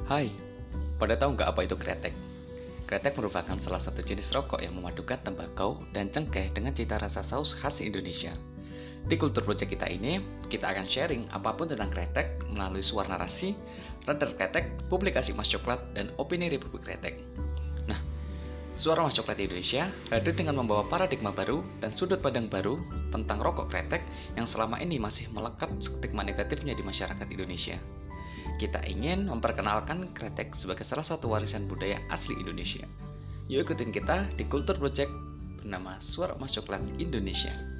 Hai, pada tahu nggak apa itu kretek? Kretek merupakan salah satu jenis rokok yang memadukan tembakau dan cengkeh dengan cita rasa saus khas Indonesia. Di Kultur Project kita ini, kita akan sharing apapun tentang kretek melalui suara narasi, radar kretek, publikasi Mas Coklat, dan opini Republik Kretek. Nah, Suara Mas Coklat Indonesia hadir dengan membawa paradigma baru dan sudut pandang baru tentang rokok kretek yang selama ini masih melekat stigma negatifnya di masyarakat Indonesia. Kita ingin memperkenalkan kretek sebagai salah satu warisan budaya asli Indonesia. Yuk ikutin kita di Kultur Project bernama Suara Mas Coklat Indonesia.